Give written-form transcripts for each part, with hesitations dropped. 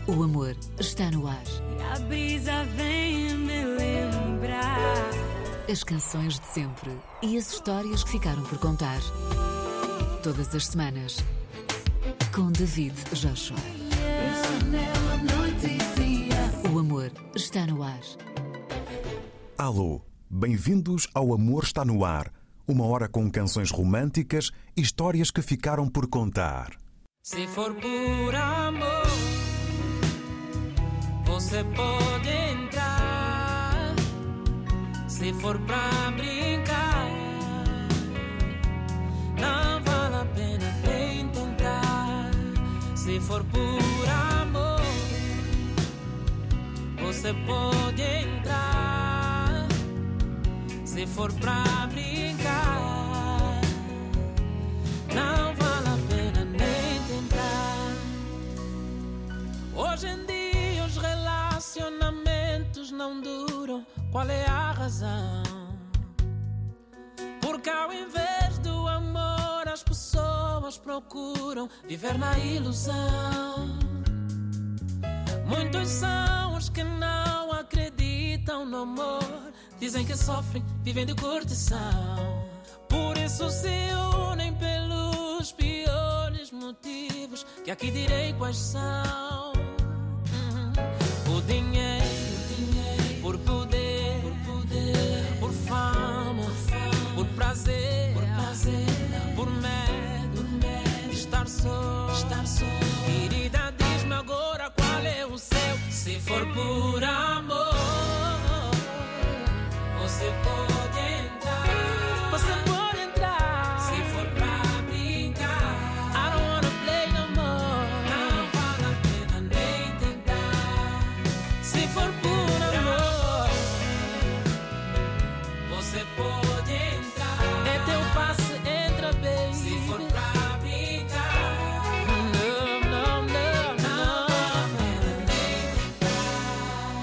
O amor está no ar. E a brisa vem me lembrar As canções de sempre e as histórias que ficaram por contar. Todas as semanas, com David Joshua. O amor está no ar. Alô, bem-vindos ao Amor Está no Ar. Uma hora com canções românticas e histórias que ficaram por contar. Se for por amor, você pode entrar. Se for pra brincar, não vale a pena nem tentar. Se for por amor, você pode entrar. Se for pra brincar, não vale a pena nem tentar. Hoje em dia os relacionamentos não duram. Qual é a razão? Porque ao invés do amor as pessoas procuram viver na ilusão. Muitos são os que não acreditam no amor. Dizem que sofrem, vivem de curtição. Por isso se unem pelos piores motivos, que aqui direi quais são. O dinheiro, por poder, por fama, por prazer, por medo de estar só. Querida, diz-me agora qual é o seu. Se for por amor, você pode entrar. Você pode entrar. Se for pra brincar, I don't wanna play no more. Não vale a pena nem tentar. Se for por amor, você pode entrar. É teu passe, entra bem. Se for pra brincar, não vale a pena nem tentar.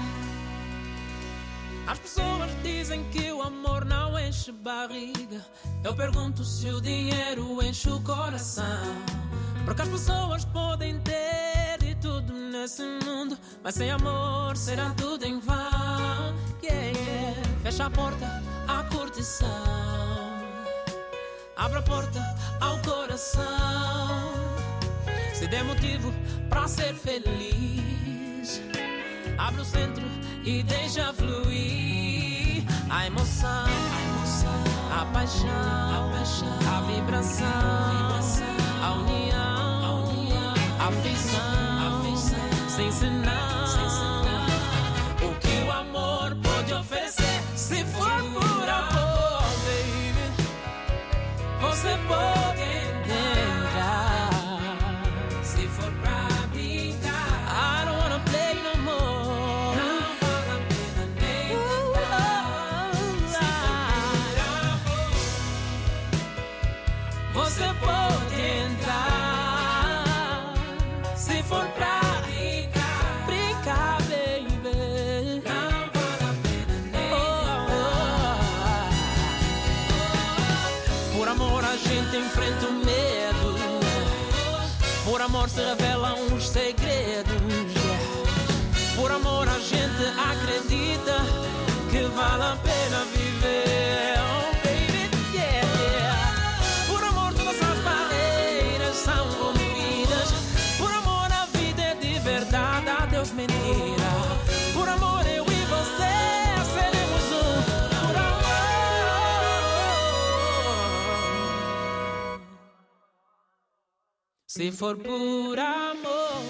As pessoas dizem que o amor não enche barriga. Eu pergunto se o dinheiro enche o coração. Porque as pessoas podem ter de tudo nesse mundo, mas sem amor será tudo em vão. Fecha a porta à curtição, abre a porta ao coração. Se der motivo pra ser feliz, abre o centro e deixa fluir a emoção, a paixão, a vibração, a união, a afeição, sem senão. O que o amor pode oferecer? Se for por amor, baby, você pode entrar. Se for pra brincar, I don't wanna play no more. Não vale a pena nem tentar. Se for por amor, você pode entrar. Se for pra brincar, baby, não vale a pena nem tentar. Por amor a gente enfrenta o medo. Por amor se revelam os segredos. Por amor a gente acredita que vale a pena viver. Oh, baby, yeah. Por amor todas as barreiras são rompidas. Por amor a vida é de verdade, adeus mentira. Por amor eu e você seremos um. Por amor. Se for por amor,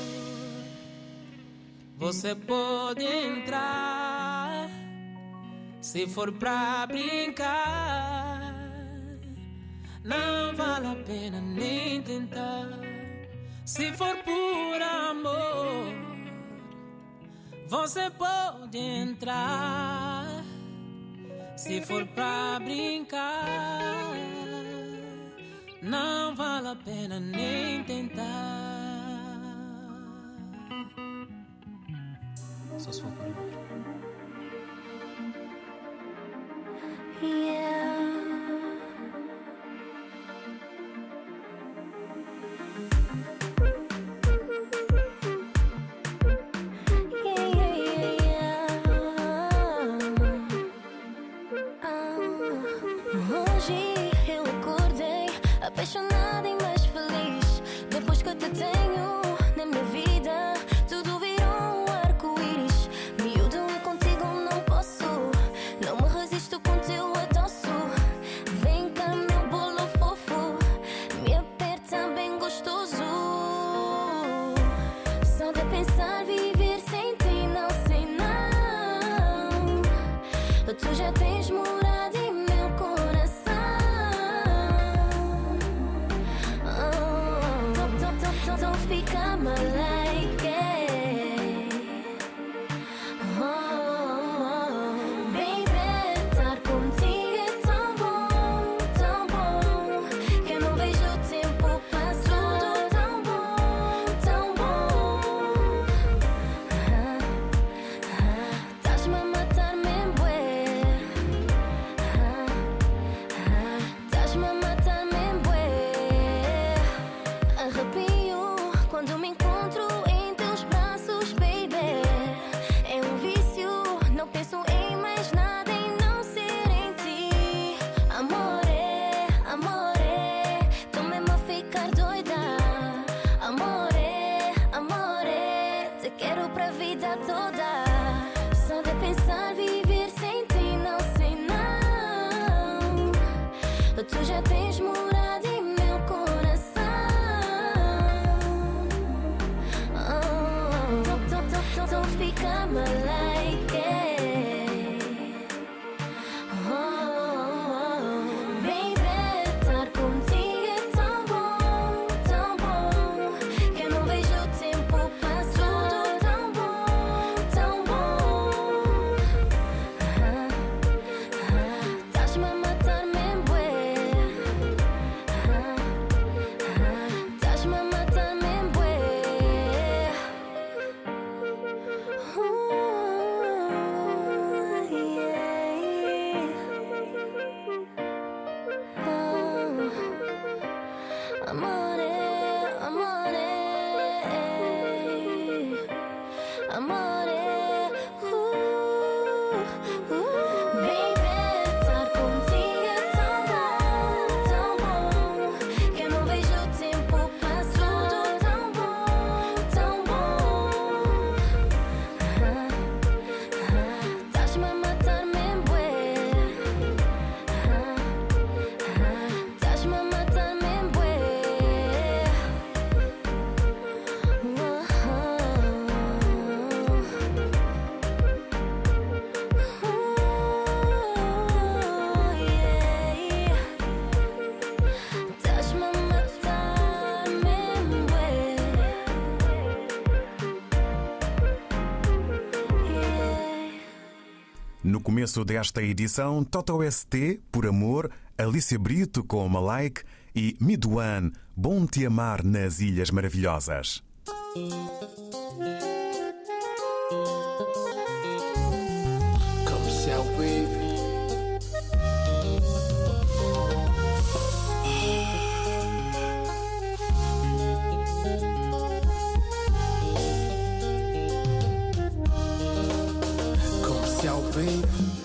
você pode entrar. Se for pra brincar, não vale a pena nem tentar. Se for por amor, você pode entrar. Se for pra brincar, não vale a pena nem tentar. Só se for por amor. Yeah. pensar viver sem ti, não sei não. Tu já tens morado em meu coração. Então fica like it. Baby, estar contigo é tão bom, que eu não vejo o tempo passar. Tão bom. Estás-me a matar mesmo, bué. Estás-me a matar mesmo, bué. Arrepio quando me encontro em teus braços, baby. É um vício, não penso em mais nada, em não ser em ti. Amore, tô mesmo a ficar doida. Amore, te quero pra vida toda. Só de pensar viver sem ti, não sei não. Tu já tens morado em meu coração. Então fica like it. Baby, estar contigo é tão bom, que eu não vejo o tempo passar. Tão bom. Estás-me a matar mesmo, bué. Estás-me a matar mesmo, bué. Amore. Baby, estar contigo é tão bom, que eu não vejo o tempo passar. Tão bom. Estás-me a matar mesmo, bué. Estás-me a matar mesmo, bué. Estás-me a matar mesmo, bué. No começo desta edição, Toto ST, Por Amor, Alicia Brito com Malike e Midwan, Bom Te Amar nas Ilhas Maravilhosas. Comercial, baby. Comercial, baby.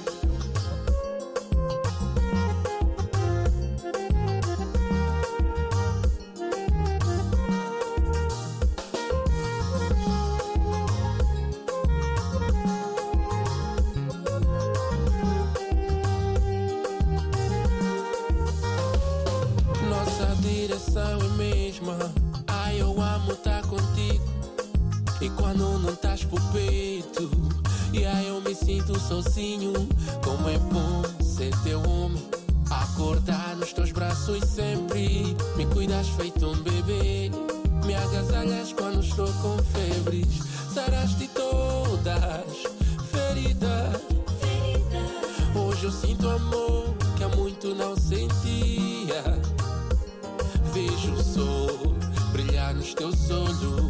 Nossa direção é mesma. Ai, eu amo estar contigo. E quando não estás por peito, e aí eu me sinto sozinho. Como é bom ser teu homem, acordar nos teus braços sempre. Me cuidas feito um bebê, me agasalhas quando estou com febres. Saraste todas feridas. Hoje eu sinto amor que há muito não sentia. Vejo o sol brilhar nos teus olhos.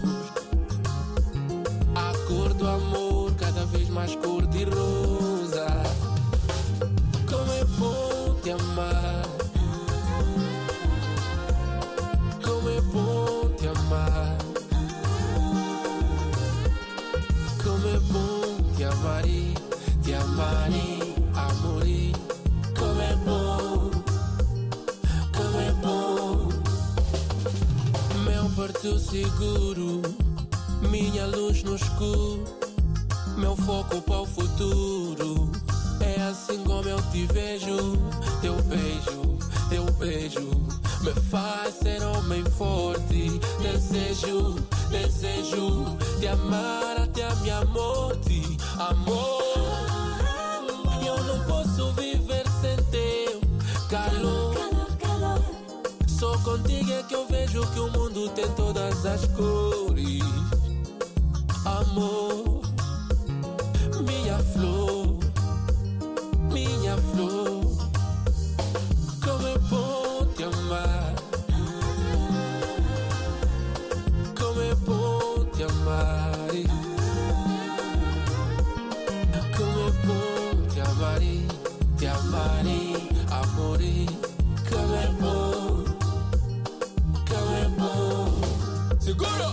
A cor do amor cada vez mais cor de rosa. Como é bom te amar. Como é bom te amar. Como é bom te amar e amorir. Como é bom. Como é bom. Meu porto seguro, minha luz no escuro, meu foco para o futuro. É assim como eu te vejo. Teu beijo me faz ser homem forte. Desejo te amar até a minha morte, amor. Eu não posso viver sem teu calor. Só contigo é que eu vejo que o mundo tem todas as cores, amor. Minha flor, minha flor. Como é bom te amar. Como é bom te amar. Como é bom te amarei, amorei. Como é bom, como é bom. Segura!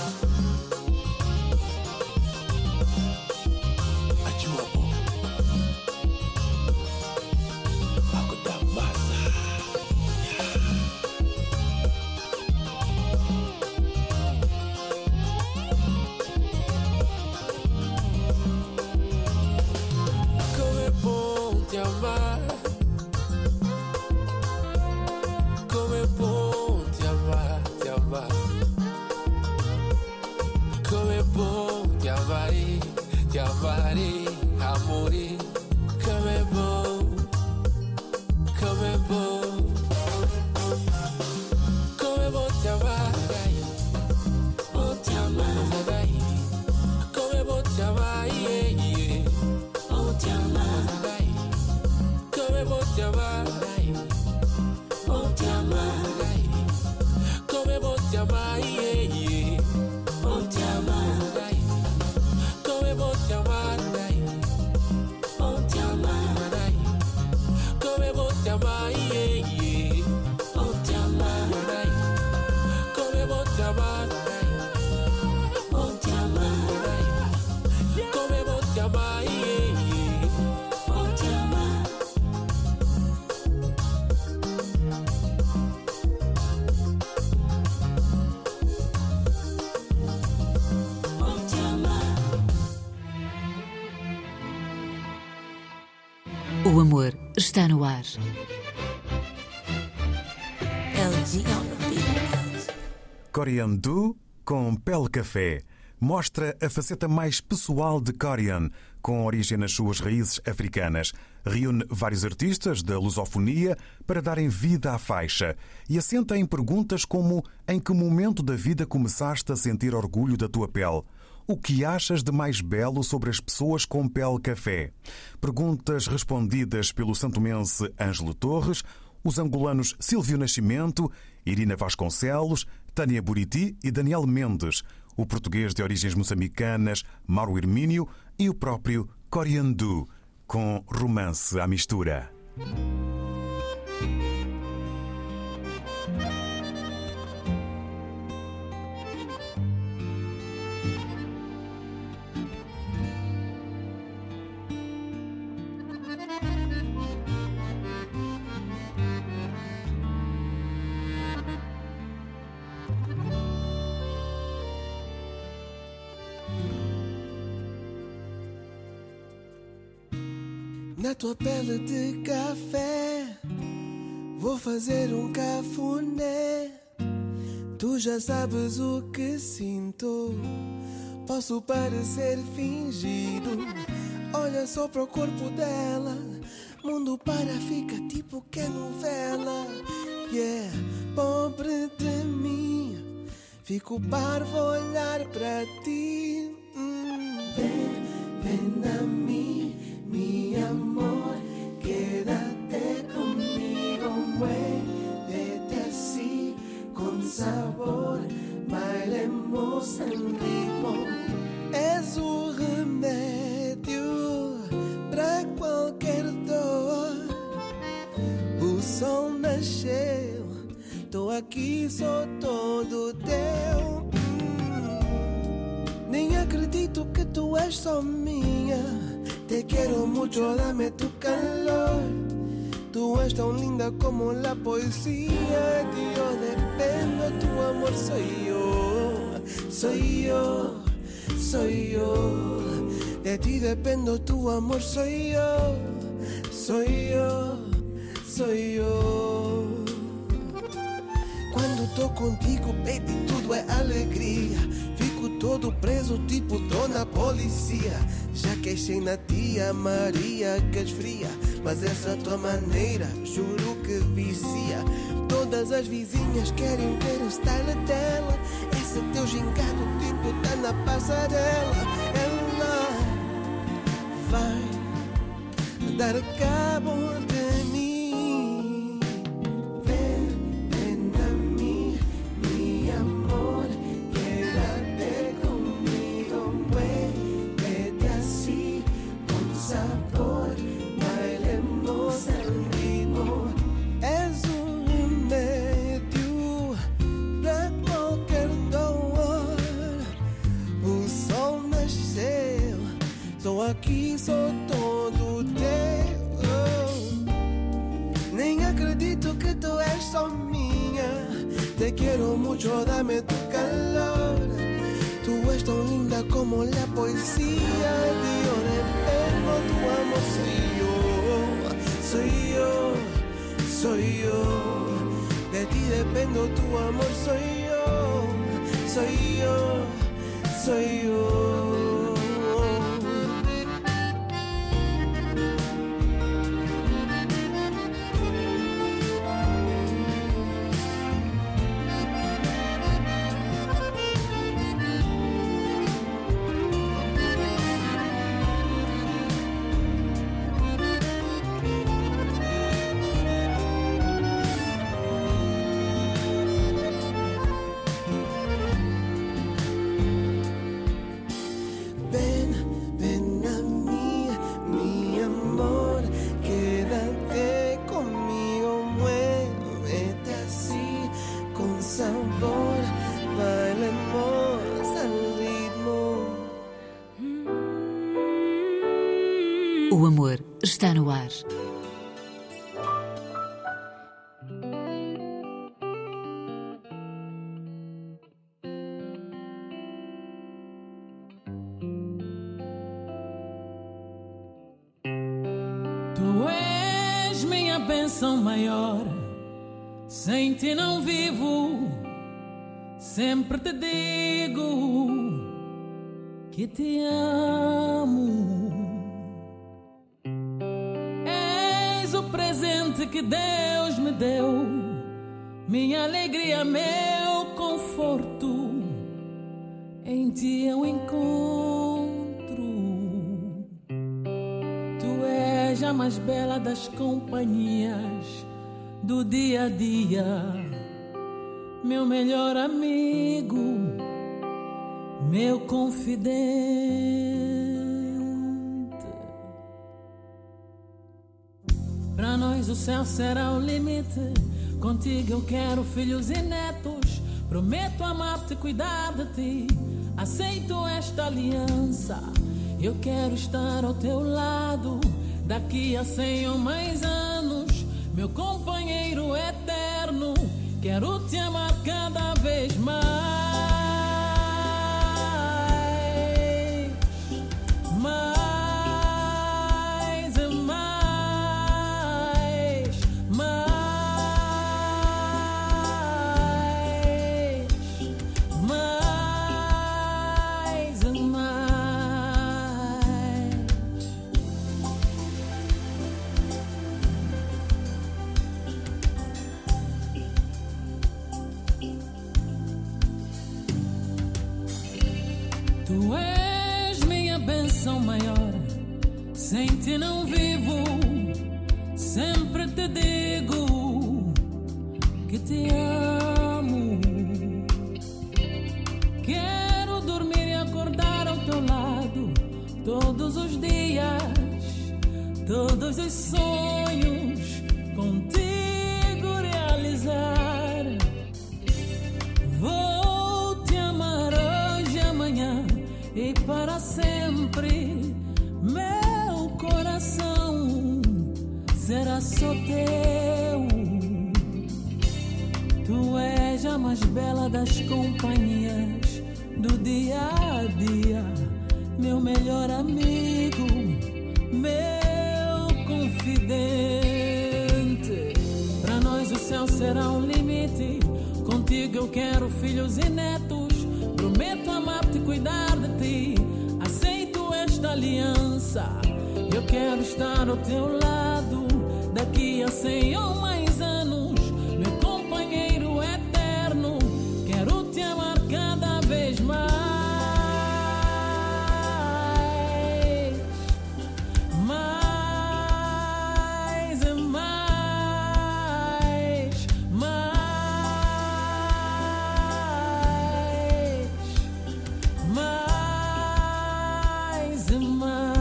O amor está no ar. Corian com Pele Café mostra a faceta mais pessoal de Corian, com origem nas suas raízes africanas. Reúne vários artistas da lusofonia para darem vida à faixa e assenta em perguntas como: em que momento da vida começaste a sentir orgulho da tua pele? O que achas de mais belo sobre as pessoas com pele café? Perguntas respondidas pelo santomense Ângelo Torres, os angolanos Silvio Nascimento, Irina Vasconcelos, Tânia Buriti e Daniel Mendes, o português de origens moçambicanas Mauro Hermínio e o próprio Corian, com romance à mistura. Na tua pele de café vou fazer um cafuné. Tu já sabes o que sinto. Posso parecer fingido. Olha só para o corpo dela. Mundo para, fica tipo que é novela. Yeah, pobre de mim. Fico parvo a olhar para ti. Vem a mim, mi amor, quédate conmigo, muévete así, con sabor, bailemos en ritmo. És o remédio para qualquer dor. O sol nasceu, tô aqui, sou todo teu. Nem acredito que tu és só minha. Te quiero mucho, dame tu calor. Tú és tão linda como la poesía. De yo dependo, tu amor soy yo. Soy yo, soy yo. De ti dependo, tu amor soy yo. Soy yo, soy yo. Quando tô contigo, baby, tudo é alegria. Fico todo preso tipo dona policia. Já queixei na tia Maria que esfria, mas essa tua maneira juro que vicia. Todas as vizinhas querem ver o style dela. Esse teu gingado tipo tá na passarela. Ela vai dar cabo de mim. Ven a mim, mi amor, quédate conmigo, muévete así con sabor, bailemos al ritmo. Es un remédio pra qualquer dor. O sol nasceu, estou aqui, sou todo teu. Nem acredito que tu és só minha. Te quiero mucho, dame tu calor. Tu és tão linda como la poesía. Dio de verbo, tu amor soy yo, soy yo. De ti dependo, tu amor soy yo, soy yo, soy yo. O amor está no ar. Tu és minha bênção maior, sem ti não vivo. Sempre te digo que te amo. És o presente que Deus me deu, minha alegria, meu conforto. Em ti eu encontro. Tu és a mais bela das companhias do dia a dia, meu melhor amigo, meu confidente. Pra nós o céu será o limite. Contigo eu quero filhos e netos. Prometo amar-te, cuidar de ti. Aceito esta aliança. Eu quero estar ao teu lado daqui a 100 ou mais anos, meu companheiro eterno. Quero te amar cada vez mais, mais e mais, mais, mais e mais. Tu és minha bênção maior, sem ti não vivo. Sempre te digo que te amo. Quero dormir e acordar ao teu lado todos os dias, todos os sonhos contigo realizar. Vou te amar hoje e amanhã e para sempre. Meu coração será só teu. Tu és a mais bela das companhias do dia a dia, meu melhor amigo, meu confidente. Pra nós o céu será um limite. Contigo eu quero filhos e netos. Prometo amar amar-te e cuidar de ti. Aceito esta aliança. Eu quero estar ao teu lado daqui a 100 ou mais anos, meu companheiro eterno. Quero te amar cada vez mais. Mais e mais, mais e mais.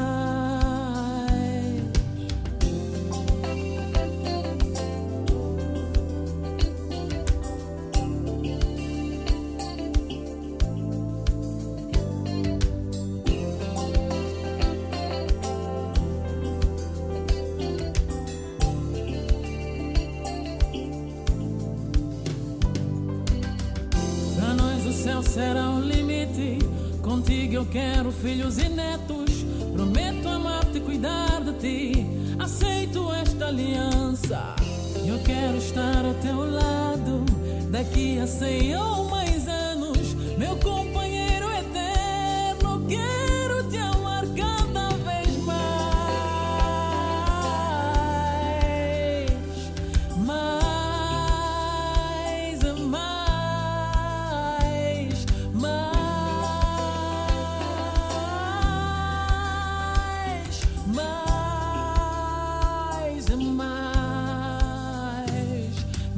Pra nós o céu será o limite. Contigo eu quero filhos e netos. Prometo amar-te e cuidar de ti. Aceito esta aliança. Eu quero estar ao teu lado daqui a 100 ou mais anos, meu companheiro eterno. Quero te amar cada vez mais. Mais e mais, mais e mais,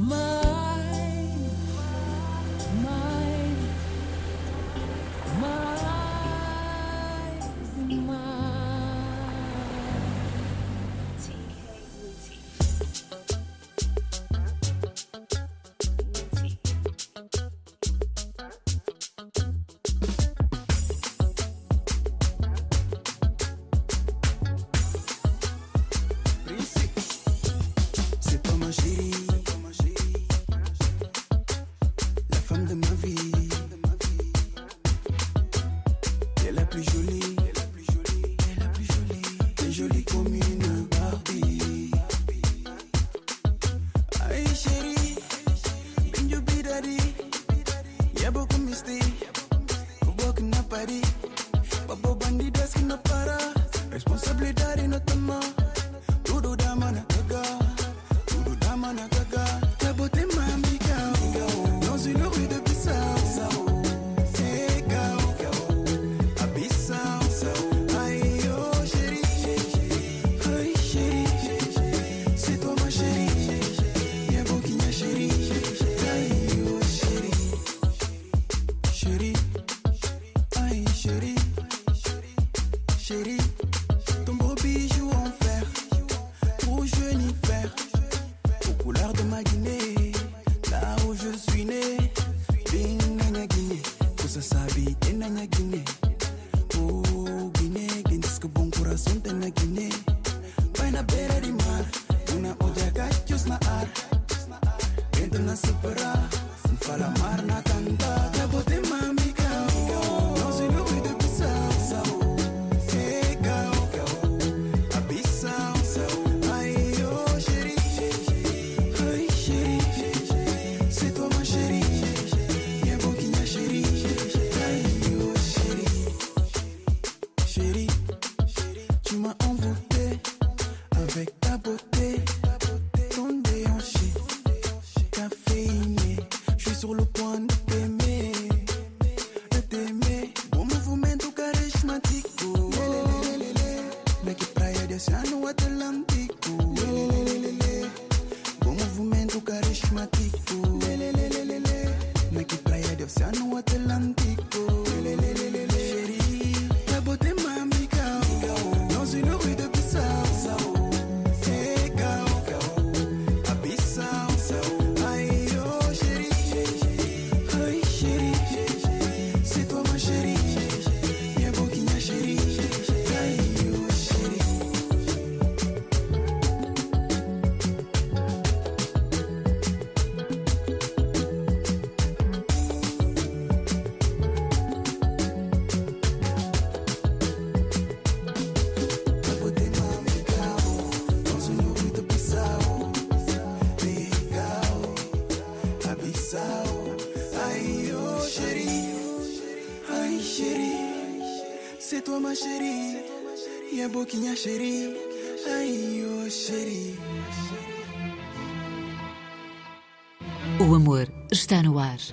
mais e mais. C'est toi ma chérie, la femme de ma vie. Elle est la plus jolie, t'es jolie comme une Barbie. Aïe chérie, binjo bidadi, y'a beaucoup mystique. Beaucoup n'a pas dit, babo bandidas qui n'a para, responsabilidade notamment. Tudo da mana gaga, tudo da mana gaga. Ta beauté m'amiga, dans une rue de Bissau. C'est Gao, à Bissau. Aïe oh chérie, aïe chérie, c'est toi ma chérie. Y'a beau qui n'a chérie, aïe oh chérie, chérie, aïe chérie, chérie. Ton beau bijou en fer, rouge ni vert, aux couleurs de ma Guinée, là où je suis né. Binanya Guinée, que ça s'habite Nanya Guinée. Oh Guinée, que bon corazón de na Guinée. Vai na beira de mar, una odia cachos na ar. Entra na supera, fala mar na tanda. Ta beauté m'amiga, dans une rue de Bissau. C'est Gao, à Bissau. Aïe oh chérie, aïe chérie, c'est toi ma chérie. Y'a beau qui n'a chérie, aïe oh chérie, chérie, tu m'as envoûté avec ta beauté, ton déhanché, caféiné, xeri, se tua ma xeri, e a boquinha xeri, ai oh xeri. O amor está no ar.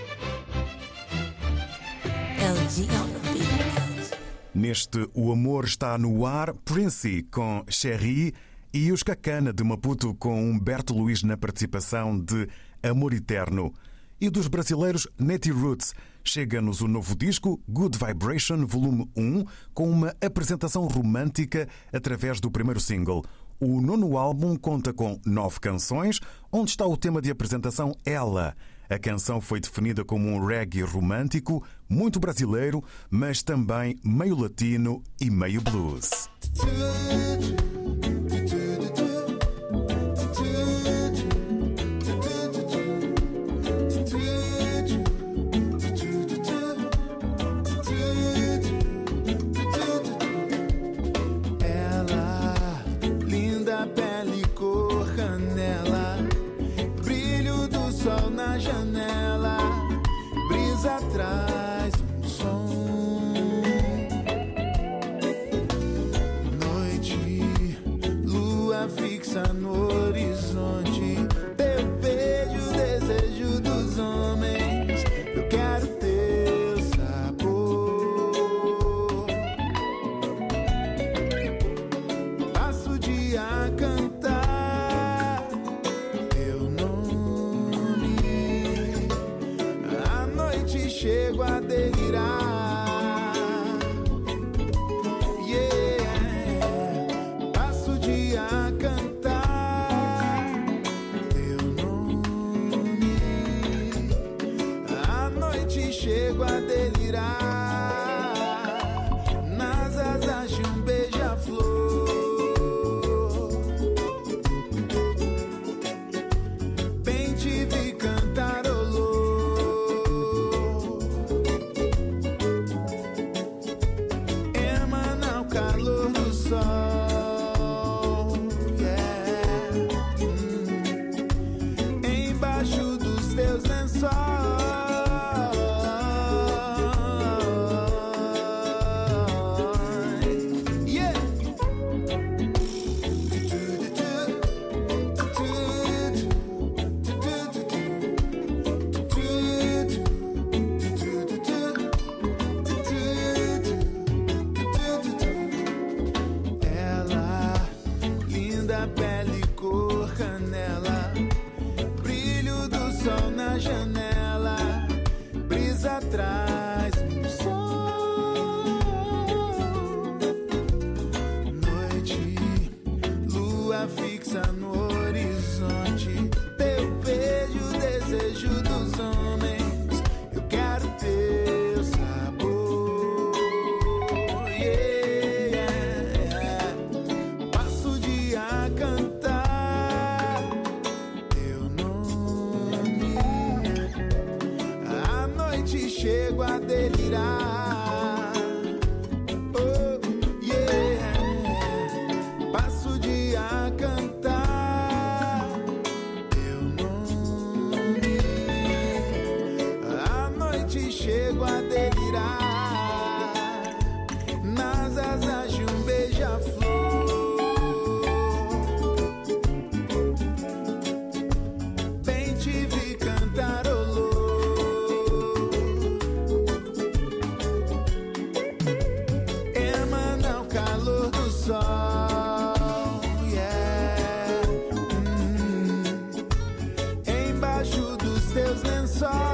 Neste O Amor Está no Ar, Princey com Cherry e os Cacana de Maputo com Humberto Luís na participação de Amor Eterno. E dos brasileiros Natty Roots, chega-nos o novo disco Good Vibration Volume 1 com uma apresentação romântica através do primeiro single. O nono álbum conta com 9 canções, onde está o tema de apresentação Ela. A canção foi definida como um reggae romântico, muito brasileiro, mas também meio latino e meio blues. Traz um som, noite, lua fixa no horizonte, teu beijo, desejo dos homens, eu quero teu sabor, passo o dia a cantar teu nome, à noite chego a delirar, yeah. Passo o dia a cantar teu nome, à noite chego a delirar, nas asas de um beija-flor, bem te vi cantarolou. Embaixo dos teus lençóis, yeah. Ela, linda pele cor canela, brilho do sol na janela, brisa traz um som, noite, lua fixa no horizonte, teu beijo, desejo dos homens, eu quero teu sabor, yeah. Passo o dia a cantar teu nome, à noite chego a delirar, oh, yeah. Passo o dia a cantar teu nome, à noite chego a delirar, nas asas de um beija-flor, bem te vi cantarolou, emana o calor do sol, yeah. Embaixo dos teus lençóis,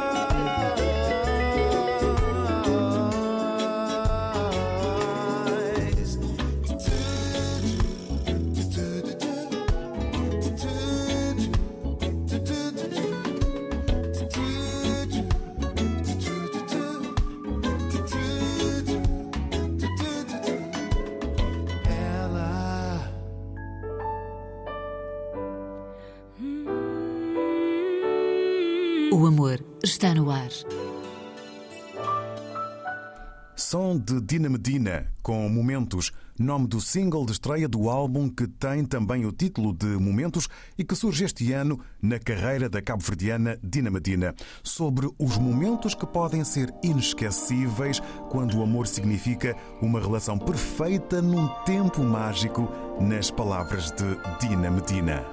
ela. O amor está no ar. Som de Dina Medina, com momentos nome do single de estreia do álbum que tem também o título de Momentos e que surge este ano na carreira da cabo-verdiana Dina Medina. Sobre os momentos que podem ser inesquecíveis quando o amor significa uma relação perfeita num tempo mágico, nas palavras de Dina Medina.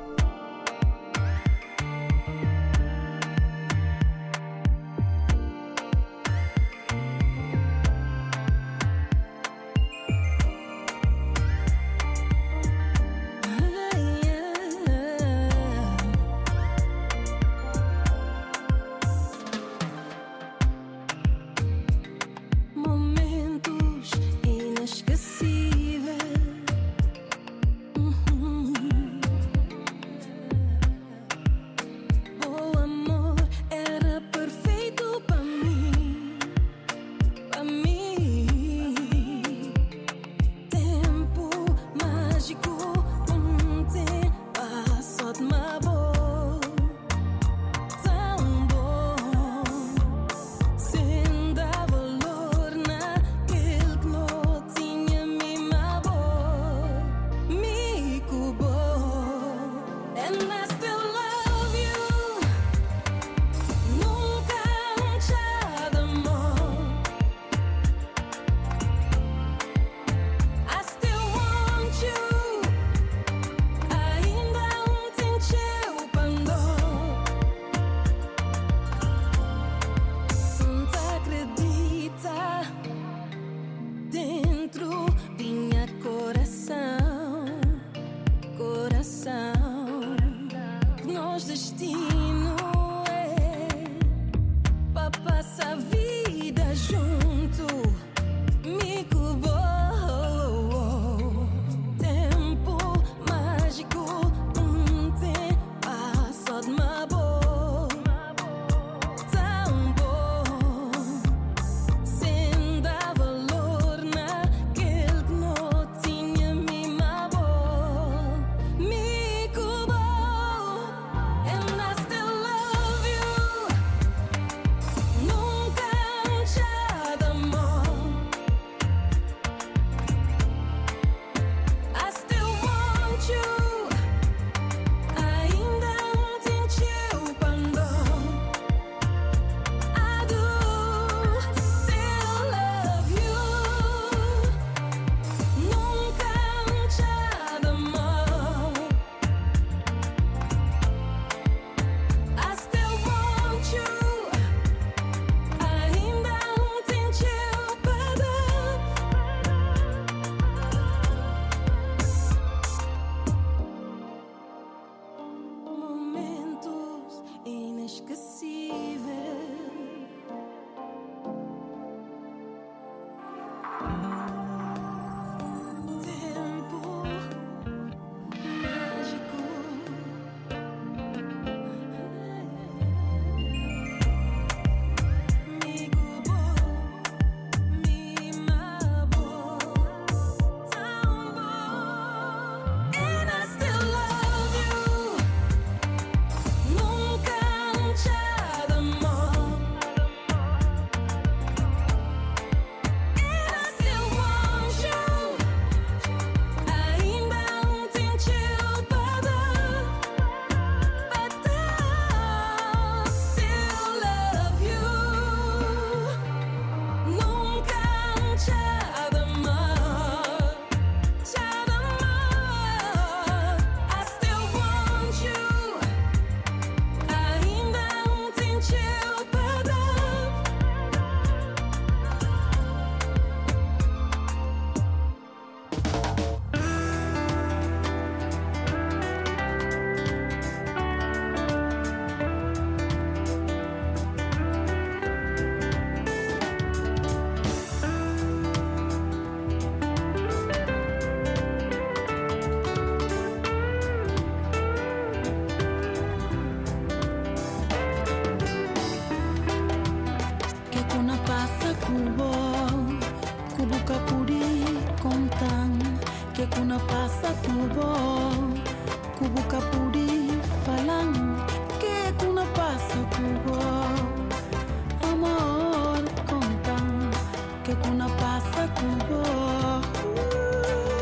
que kuna pasa kubo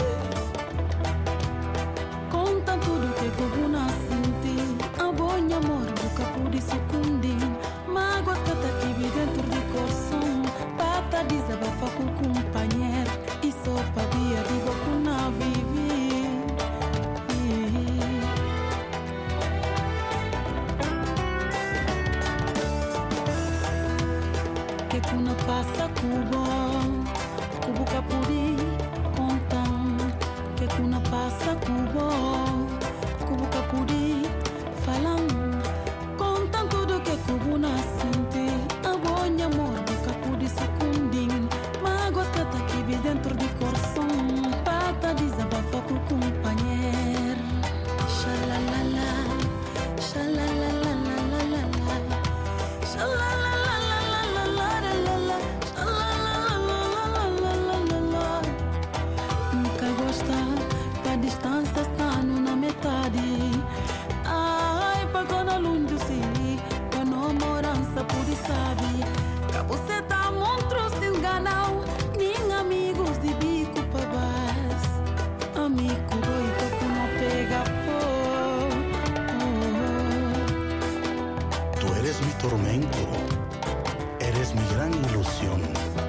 que kuna passa cubo, cubo capuri contam, que kuna passa cubo, cubo capuri falam, contam tudo que cubo na sente, a bonha amor do capuri secundin, mágoas que tá aqui dentro de coração, pata desabafa com o companheiro, xalalala, xalalala. Distância está na metade. Ai, pagou na longe, sim. Com namorança, por isso sabe. Pra você tá monstro, se enganam. Nem amigos de bico pra baixo. Amigo doido que não pega Tú eres mi tormento. Eres mi gran ilusión.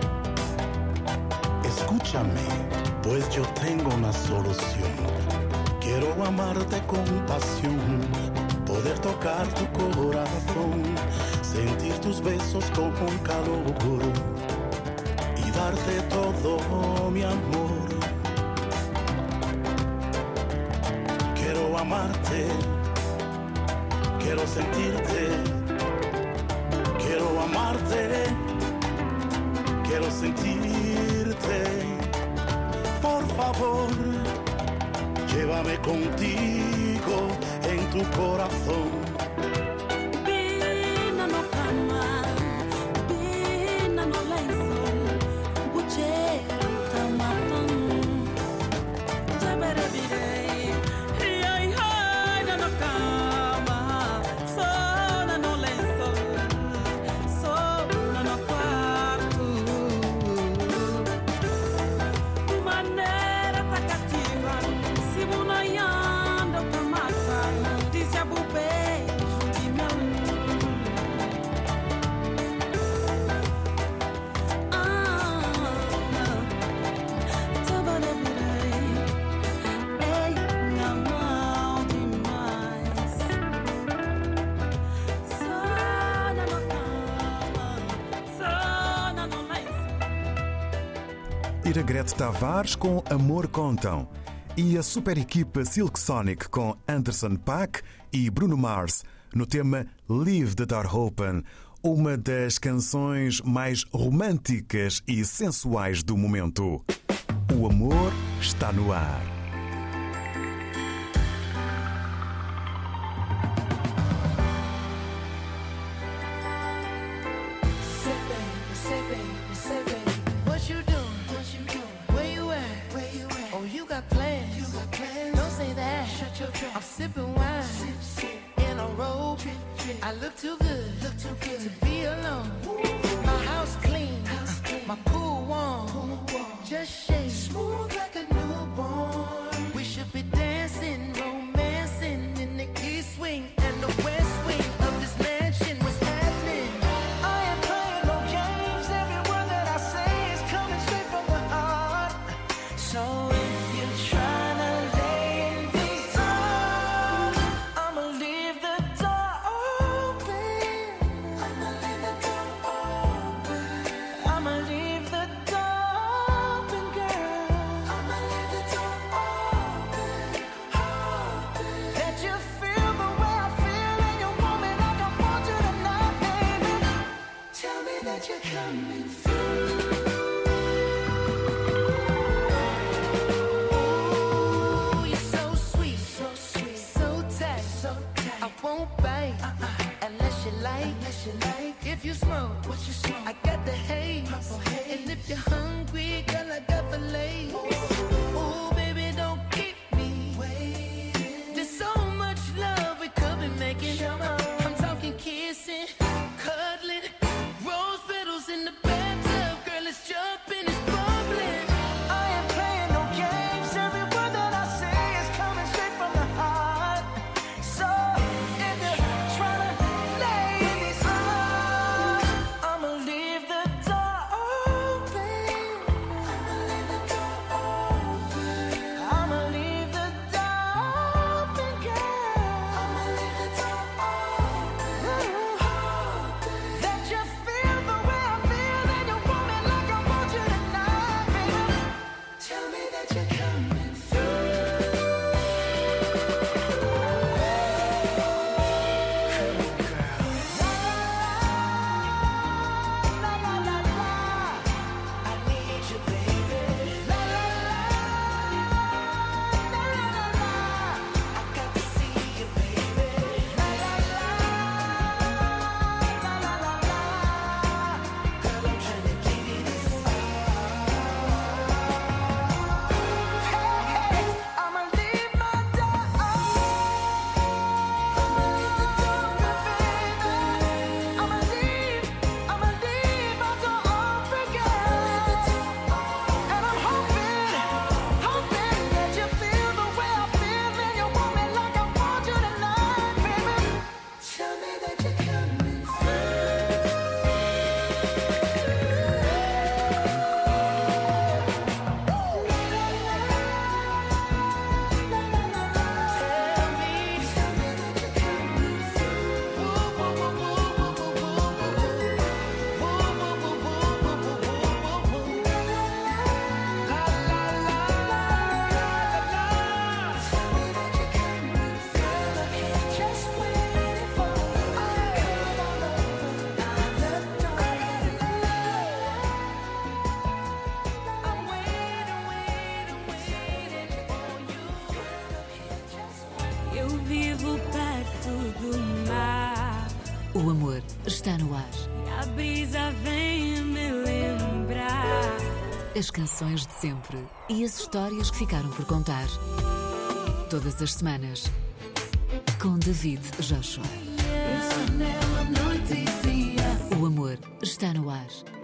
Escúchame, pues yo tengo una solución. Quiero amarte con pasión, poder tocar tu corazón, sentir tus besos con calor y darte todo mi amor. Quiero amarte, quiero sentirte, quiero amarte, quiero sentirte. Por favor, llévame contigo en tu corazón. Pina no cama, pina no lençol, bucheiro tá matando. Já berevirei, ai ai na cama, só no lençol, só no quarto. De maneira tacativa. Simunayando pra matar, disse a beijo de meu tava na virei, ei, minha mão demais. Só na cama, só no lenço. Iragrete Tavares com Amor Contam. E a super equipa Silk Sonic com Anderson .Paak e Bruno Mars no tema Leave the Door Open, uma das canções mais românticas e sensuais do momento. O amor está no ar. Say baby, what you doing? Where you at? Oh, you got plans. Don't say that. I'm sipping wine in a robe. I look too good to be alone. My house clean, my pool warm. Just shake smooth like a newborn. We should be dancing, romancing in the east wing and the west wing of this mansion. What's happening? I ain't playing no games. Every word that I say is coming straight from the heart. So if you're trying to lay in these arms, I'ma leave the door open. I'ma leave the door open. I'ma leave the door open, girl. I'ma leave the door open. Let you feel the way I feel, and you want me like I want you tonight, baby. Tell me that you're coming through. Ooh, you're so sweet, so tight. I won't bite unless you like. If you smoke, I got the haze. And if you're hungry, girl, I got fillets. Ooh, baby, don't keep me waiting. There's so much love we could be making. I'm talking kissing, cuddling, rose petals in the bathtub. Girl, it's jumping, it's bubbling. I ain't playing no games. Every word that I say is coming straight from the heart. So if you're trying to lay in these arms, I'ma leave the door O amor está no ar. A brisa vem me lembrar. As canções de sempre e as histórias que ficaram por contar. Todas as semanas, com David Joshua. O amor está no ar.